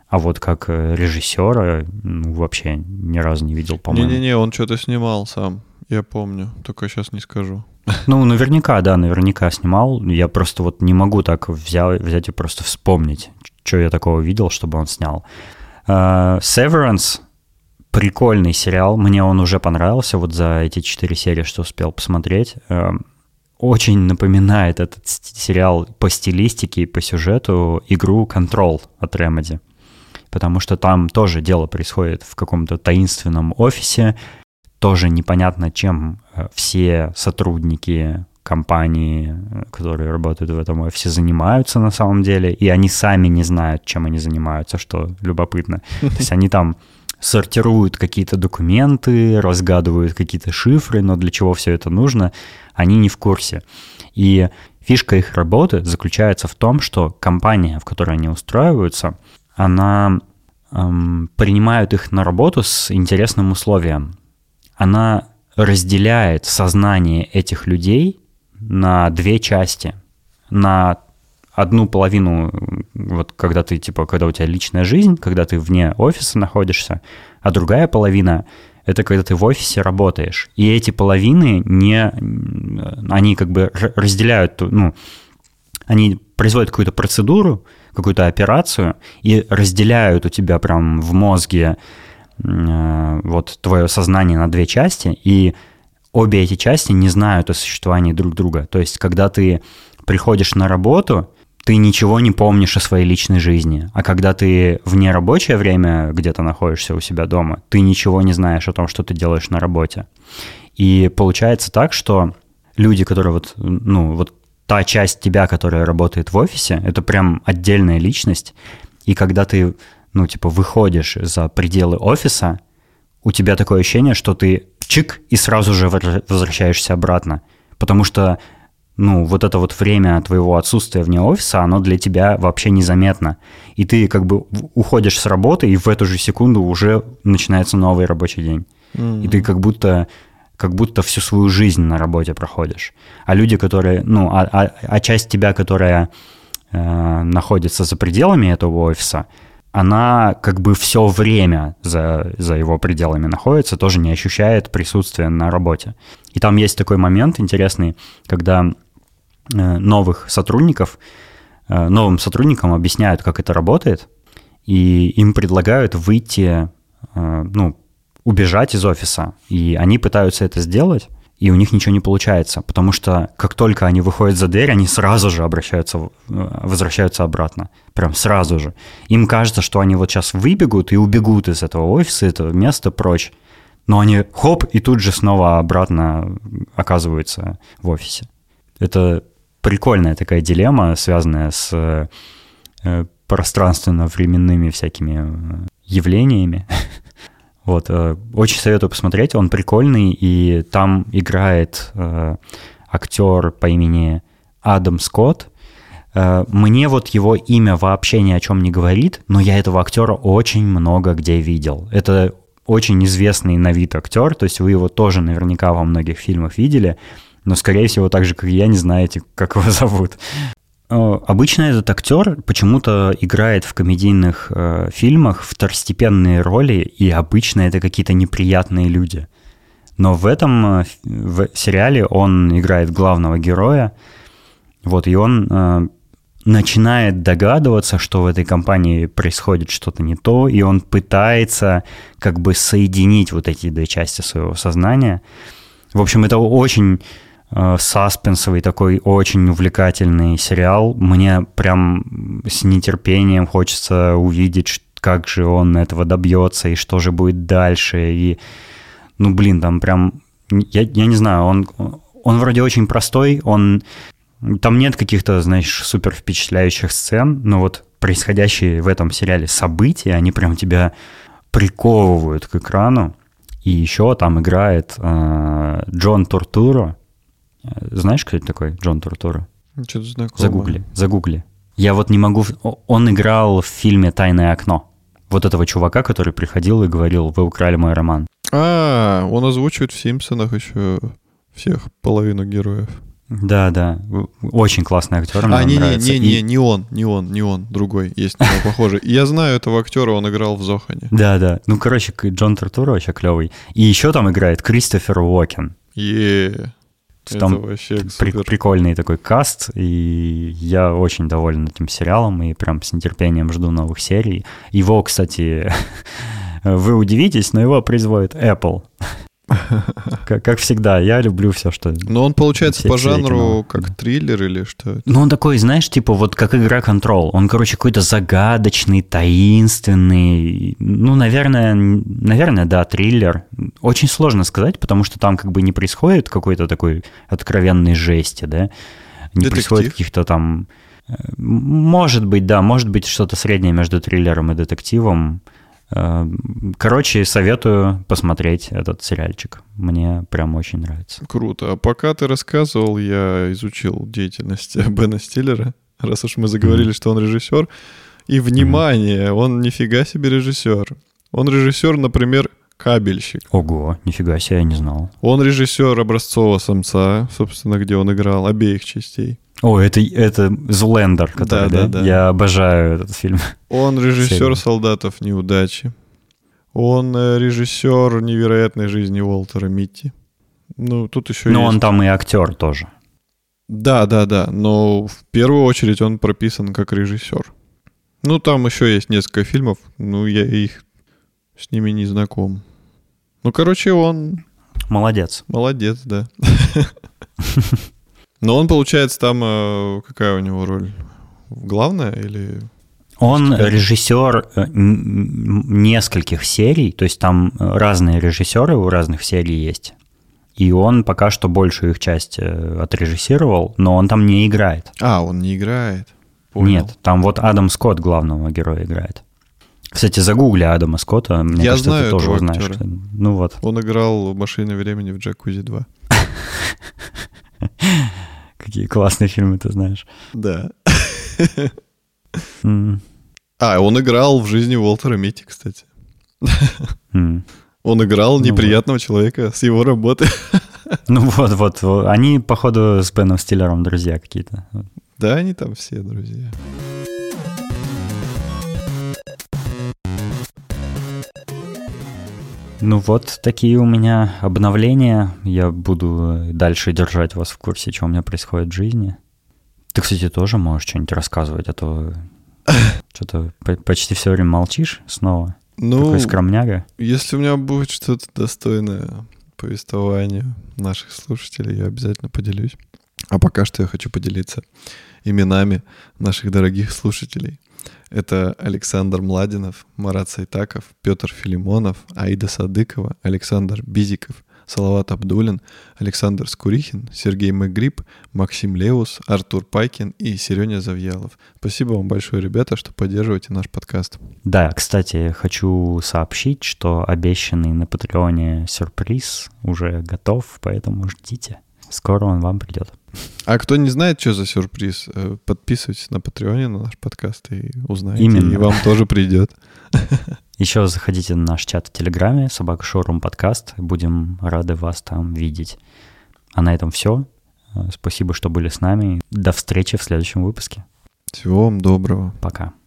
А вот как режиссера вообще ни разу не видел, по-моему. Не-не-не, он что-то снимал сам, я помню, только сейчас не скажу. Наверняка снимал. Я просто вот не могу так взять и просто вспомнить, что я такого видел, чтобы он снял. Severance — прикольный сериал. Мне он уже понравился вот за эти 4 серии, что успел посмотреть. Очень напоминает этот сериал по стилистике и по сюжету игру Control от Remedy. Потому что там тоже дело происходит в каком-то таинственном офисе. Тоже непонятно, чем все сотрудники компании, которые работают в этом офисе, занимаются на самом деле. И они сами не знают, чем они занимаются, что любопытно. То есть они там сортируют какие-то документы, разгадывают какие-то шифры, но для чего все это нужно, они не в курсе. И фишка их работы заключается в том, что компания, в которой они устраиваются, она принимает их на работу с интересным условием. Она разделяет сознание этих людей на 2 части. На одну половину, вот когда ты, когда у тебя личная жизнь, когда ты вне офиса находишься, а другая половина — это когда ты в офисе работаешь. И эти половины они как бы разделяют, они производят какую-то процедуру, какую-то операцию и разделяют у тебя прям в мозге вот твое сознание на 2 части, и обе эти части не знают о существовании друг друга. То есть, когда ты приходишь на работу, ты ничего не помнишь о своей личной жизни, а когда ты в нерабочее время где-то находишься у себя дома, ты ничего не знаешь о том, что ты делаешь на работе. И получается так, что люди, которые вот та часть тебя, которая работает в офисе, это прям отдельная личность, и когда ты выходишь за пределы офиса, у тебя такое ощущение, что ты чик и сразу же возвращаешься обратно. Потому что, вот это вот время твоего отсутствия вне офиса, оно для тебя вообще незаметно. И ты как бы уходишь с работы, и в эту же секунду уже начинается новый рабочий день. Mm-hmm. И ты как будто всю свою жизнь на работе проходишь. А люди, которые, часть тебя, которая находится за пределами этого офиса, она как бы все время за его пределами находится, тоже не ощущает присутствия на работе. И там есть такой момент интересный, когда новым сотрудникам объясняют, как это работает, и им предлагают выйти, убежать из офиса. И они пытаются это сделать, и у них ничего не получается, потому что как только они выходят за дверь, они сразу же возвращаются обратно. Прям сразу же. Им кажется, что они вот сейчас выбегут и убегут из этого офиса, этого места прочь. Но они хоп, и тут же снова обратно оказываются в офисе. Это прикольная такая дилемма, связанная с пространственно-временными всякими явлениями. Вот, очень советую посмотреть, он прикольный, и там играет актер по имени Адам Скотт. Мне вот его имя вообще ни о чем не говорит, но я этого актера очень много где видел. Это очень известный на вид актер, то есть вы его тоже наверняка во многих фильмах видели, но, скорее всего, так же, как и я, не знаете, как его зовут. Обычно этот актер почему-то играет в комедийных фильмах второстепенные роли, и обычно это какие-то неприятные люди. Но в этом сериале он играет главного героя, вот, и он начинает догадываться, что в этой компании происходит что-то не то, и он пытается как бы соединить вот эти 2 части своего сознания. В общем, это очень саспенсовый такой, очень увлекательный сериал. Мне прям с нетерпением хочется увидеть, как же он этого добьется, и что же будет дальше. И, там прям, я не знаю, он вроде очень простой, там нет каких-то, знаешь, супер впечатляющих сцен, но вот происходящие в этом сериале события, они прям тебя приковывают к экрану. И еще там играет Джон Туртуро. Знаешь, кто это такой, Джон Туртуро? Что-то знакомое. Загугли. Я вот не могу... Он играл в фильме «Тайное окно». Вот этого чувака, который приходил и говорил: «Вы украли мой роман». Он озвучивает в «Симпсонах» еще всех, половину героев. Да, очень классный актер, мне он нравится. Не он, другой, есть на него похожий. Я знаю этого актера, он играл в Зохане. Да. Ну, короче, Джон Туртуро вообще клевый. И еще там играет Кристофер Уокен. Там вообще супер. Прикольный такой каст, и я очень доволен этим сериалом, и прям с нетерпением жду новых серий. Его, кстати, вы удивитесь, но его производит Apple. Как всегда, я люблю все, что... Но он, получается, по жанру как триллер или что? Ну, он такой, знаешь, типа вот как игра Control. Он, короче, какой-то загадочный, таинственный. Ну, наверное, да, триллер. Очень сложно сказать, потому что там как бы не происходит какой-то такой откровенной жести, да? Не происходит каких-то там... Может быть что-то среднее между триллером и детективом. Короче, советую посмотреть этот сериальчик. Мне прям очень нравится. Круто. А пока ты рассказывал, я изучил деятельность Бена Стиллера, раз уж мы заговорили, что он режиссер. И, внимание, он нифига себе режиссер. Он режиссер, например, «Кабельщик». Ого, нифига себе, я не знал. Он режиссер «Образцового самца», собственно, где он играл обеих частей. О, это Зулендер, который, да? Я обожаю этот фильм. Он режиссер «Солдатов неудачи». Он режиссер «Невероятной жизни Уолтера Митти». Ну, тут еще Но есть... он там и актер тоже. Да. Но в первую очередь он прописан как режиссер. Ну, там еще есть несколько фильмов, но я их с ними не знаком. Ну, короче, он... Молодец, да. Но он, получается, там какая у него роль? Главная или... Он режиссер нескольких серий, то есть там разные режиссеры у разных серий есть. И он пока что большую их часть отрежиссировал, но он там не играет. Он не играет? Понял. Нет, там вот Адам Скотт главного героя играет. Кстати, загугли Адама Скотта, мне кажется, ты тоже узнаешь. Ну вот. Он играл в «Машине времени» в «Джакузи 2». Какие классные фильмы ты знаешь. Да. Он играл в «Жизни Уолтера Митти», кстати. Он играл неприятного человека с его работы. Ну вот. Они, походу, с Беном Стиллером друзья какие-то. Да, они там все друзья. Ну вот такие у меня обновления. Я буду дальше держать вас в курсе, что у меня происходит в жизни. Ты, кстати, тоже можешь что-нибудь рассказывать, а то что-то почти все время молчишь снова. Такой скромняга. Если у меня будет что-то достойное повествования наших слушателей, я обязательно поделюсь. А пока что я хочу поделиться именами наших дорогих слушателей. Это Александр Младинов, Марат Сайтаков, Петр Филимонов, Аида Садыкова, Александр Бизиков, Салават Абдулин, Александр Скурихин, Сергей Мэгриб, Максим Леус, Артур Пайкин и Серёня Завьялов. Спасибо вам большое, ребята, что поддерживаете наш подкаст. Да, кстати, хочу сообщить, что обещанный на Патреоне сюрприз уже готов, поэтому ждите. Скоро он вам придет. А кто не знает, что за сюрприз, подписывайтесь на Патреоне на наш подкаст и узнаете. Именно. И вам тоже придет. Еще заходите на наш чат в Телеграме, Собака Шоурум подкаст. Будем рады вас там видеть. А на этом все. Спасибо, что были с нами. До встречи в следующем выпуске. Всего вам доброго. Пока.